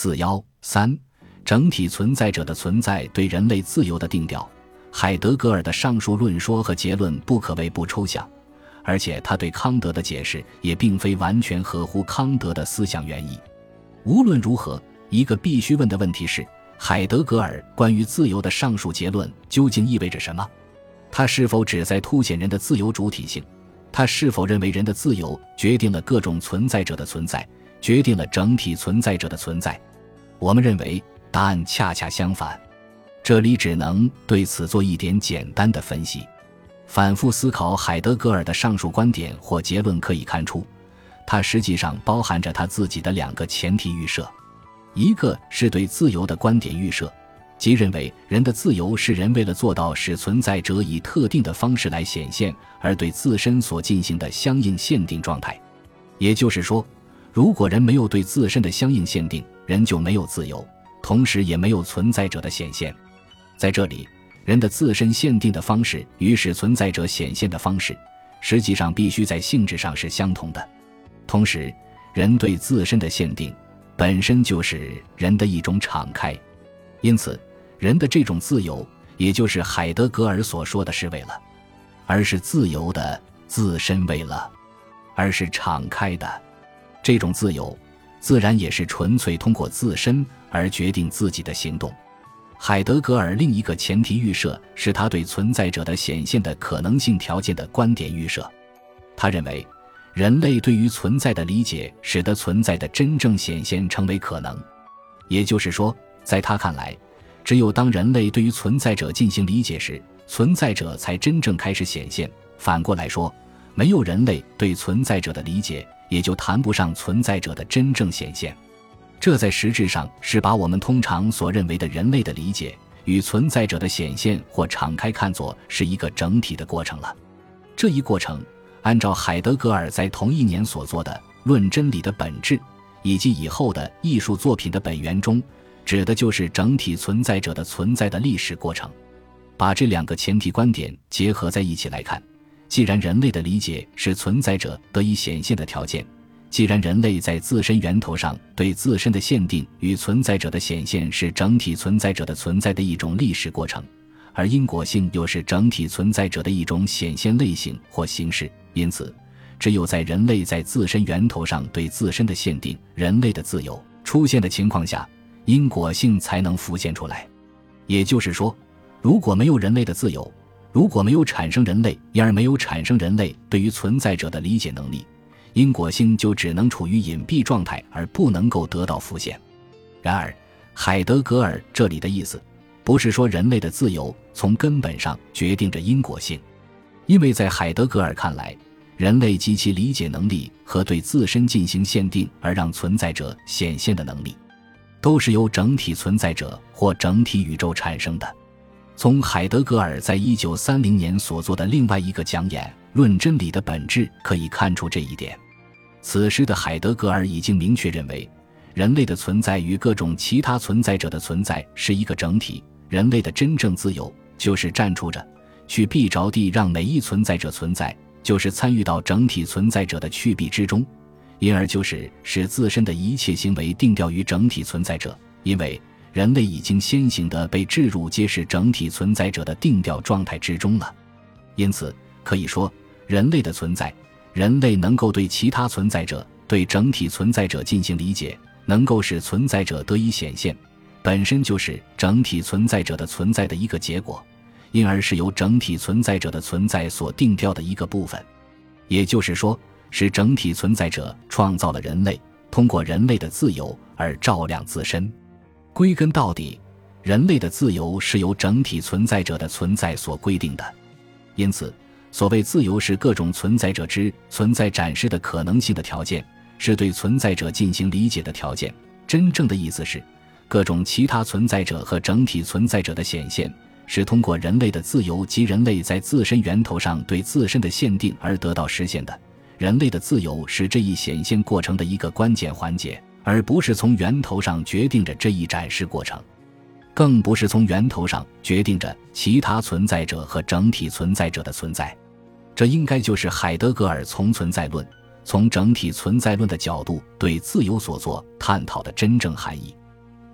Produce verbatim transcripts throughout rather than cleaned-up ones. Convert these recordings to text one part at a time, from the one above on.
四一三整体存在者的存在对人类自由的定调。海德格尔的上述论说和结论不可谓不抽象，而且他对康德的解释也并非完全合乎康德的思想原意。无论如何，一个必须问的问题是，海德格尔关于自由的上述结论究竟意味着什么？他是否旨在凸显人的自由主体性？他是否认为人的自由决定了各种存在者的存在，决定了整体存在者的存在？我们认为答案恰恰相反。这里只能对此做一点简单的分析。反复思考海德格尔的上述观点或结论可以看出，它实际上包含着他自己的两个前提预设。一个是对自由的观点预设，即认为人的自由是人为了做到使存在者以特定的方式来显现而对自身所进行的相应限定状态。也就是说，如果人没有对自身的相应限定，人就没有自由，同时也没有存在者的显现。在这里，人的自身限定的方式与使存在者显现的方式实际上必须在性质上是相同的。同时，人对自身的限定本身就是人的一种敞开。因此，人的这种自由，也就是海德格尔所说的是为了，而是自由的自身为了，而是敞开的。这种自由自然也是纯粹通过自身而决定自己的行动。海德格尔另一个前提预设是他对存在者的显现的可能性条件的观点预设。他认为，人类对于存在的理解使得存在的真正显现成为可能。也就是说，在他看来，只有当人类对于存在者进行理解时，存在者才真正开始显现。反过来说，没有人类对存在者的理解，也就谈不上存在者的真正显现。这在实质上是把我们通常所认为的人类的理解与存在者的显现或敞开看作是一个整体的过程了。这一过程，按照海德格尔在同一年所做的《论真理的本质》以及以后的艺术作品的本源中，指的就是整体存在者的存在的历史过程。把这两个前提观点结合在一起来看，既然人类的理解是存在者得以显现的条件，既然人类在自身源头上对自身的限定与存在者的显现是整体存在者的存在的一种历史过程，而因果性又是整体存在者的一种显现类型或形式，因此只有在人类在自身源头上对自身的限定，人类的自由出现的情况下，因果性才能浮现出来。也就是说，如果没有人类的自由，如果没有产生人类，因而没有产生人类对于存在者的理解能力，因果性就只能处于隐蔽状态而不能够得到浮现。然而，海德格尔这里的意思不是说人类的自由从根本上决定着因果性，因为在海德格尔看来，人类及其理解能力和对自身进行限定而让存在者显现的能力，都是由整体存在者或整体宇宙产生的。从海德格尔在一九三零年所做的另外一个讲演《论真理的本质》可以看出这一点。此时的海德格尔已经明确认为，人类的存在与各种其他存在者的存在是一个整体，人类的真正自由就是站出着去必着地让每一存在者存在，就是参与到整体存在者的去必之中，因而就是使自身的一切行为定调于整体存在者，因为人类已经先行地被置入皆是整体存在者的定调状态之中了。因此可以说，人类的存在，人类能够对其他存在者，对整体存在者进行理解，能够使存在者得以显现，本身就是整体存在者的存在的一个结果，因而是由整体存在者的存在所定调的一个部分。也就是说，是整体存在者创造了人类，通过人类的自由而照亮自身。归根到底，人类的自由是由整体存在者的存在所规定的。因此，所谓自由是各种存在者之存在展示的可能性的条件，是对存在者进行理解的条件。真正的意思是，各种其他存在者和整体存在者的显现，是通过人类的自由及人类在自身源头上对自身的限定而得到实现的。人类的自由是这一显现过程的一个关键环节，而不是从源头上决定着这一展示过程，更不是从源头上决定着其他存在者和整体存在者的存在。这应该就是海德格尔从存在论、从整体存在论的角度对自由所做探讨的真正含义。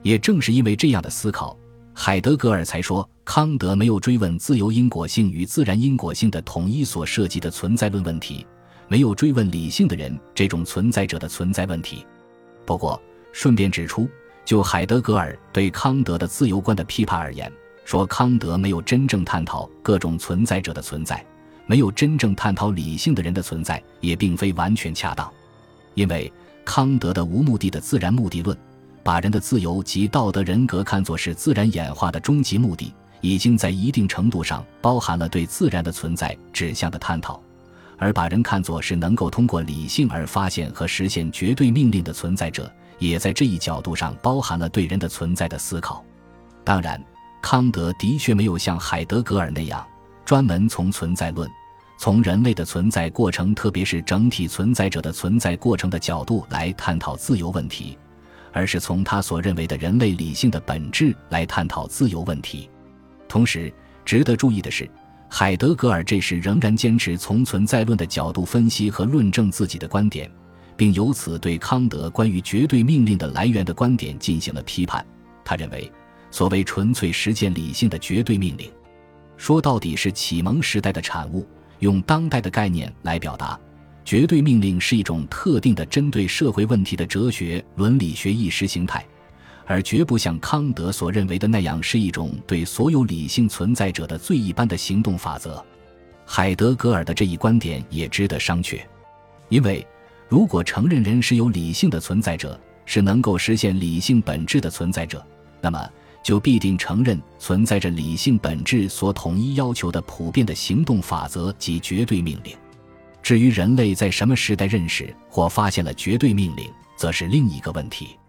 也正是因为这样的思考，海德格尔才说康德没有追问自由因果性与自然因果性的统一所涉及的存在论问题，没有追问理性的人这种存在者的存在问题。不过顺便指出，就海德格尔对康德的自由观的批判而言，说康德没有真正探讨各种存在者的存在，没有真正探讨理性的人的存在，也并非完全恰当。因为康德的无目的的自然目的论，把人的自由及道德人格看作是自然演化的终极目的，已经在一定程度上包含了对自然的存在指向的探讨，而把人看作是能够通过理性而发现和实现绝对命令的存在者，也在这一角度上包含了对人的存在的思考。当然，康德的确没有像海德格尔那样专门从存在论，从人类的存在过程，特别是整体存在者的存在过程的角度来探讨自由问题，而是从他所认为的人类理性的本质来探讨自由问题。同时值得注意的是，海德格尔这时仍然坚持从存在论的角度分析和论证自己的观点，并由此对康德关于绝对命令的来源的观点进行了批判。他认为所谓纯粹实践理性的绝对命令，说到底是启蒙时代的产物，用当代的概念来表达，绝对命令是一种特定的针对社会问题的哲学伦理学意识形态，而绝不像康德所认为的那样是一种对所有理性存在者的最一般的行动法则。海德格尔的这一观点也值得商榷，因为如果承认人是有理性的存在者，是能够实现理性本质的存在者，那么就必定承认存在着理性本质所统一要求的普遍的行动法则及绝对命令。至于人类在什么时代认识或发现了绝对命令，则是另一个问题。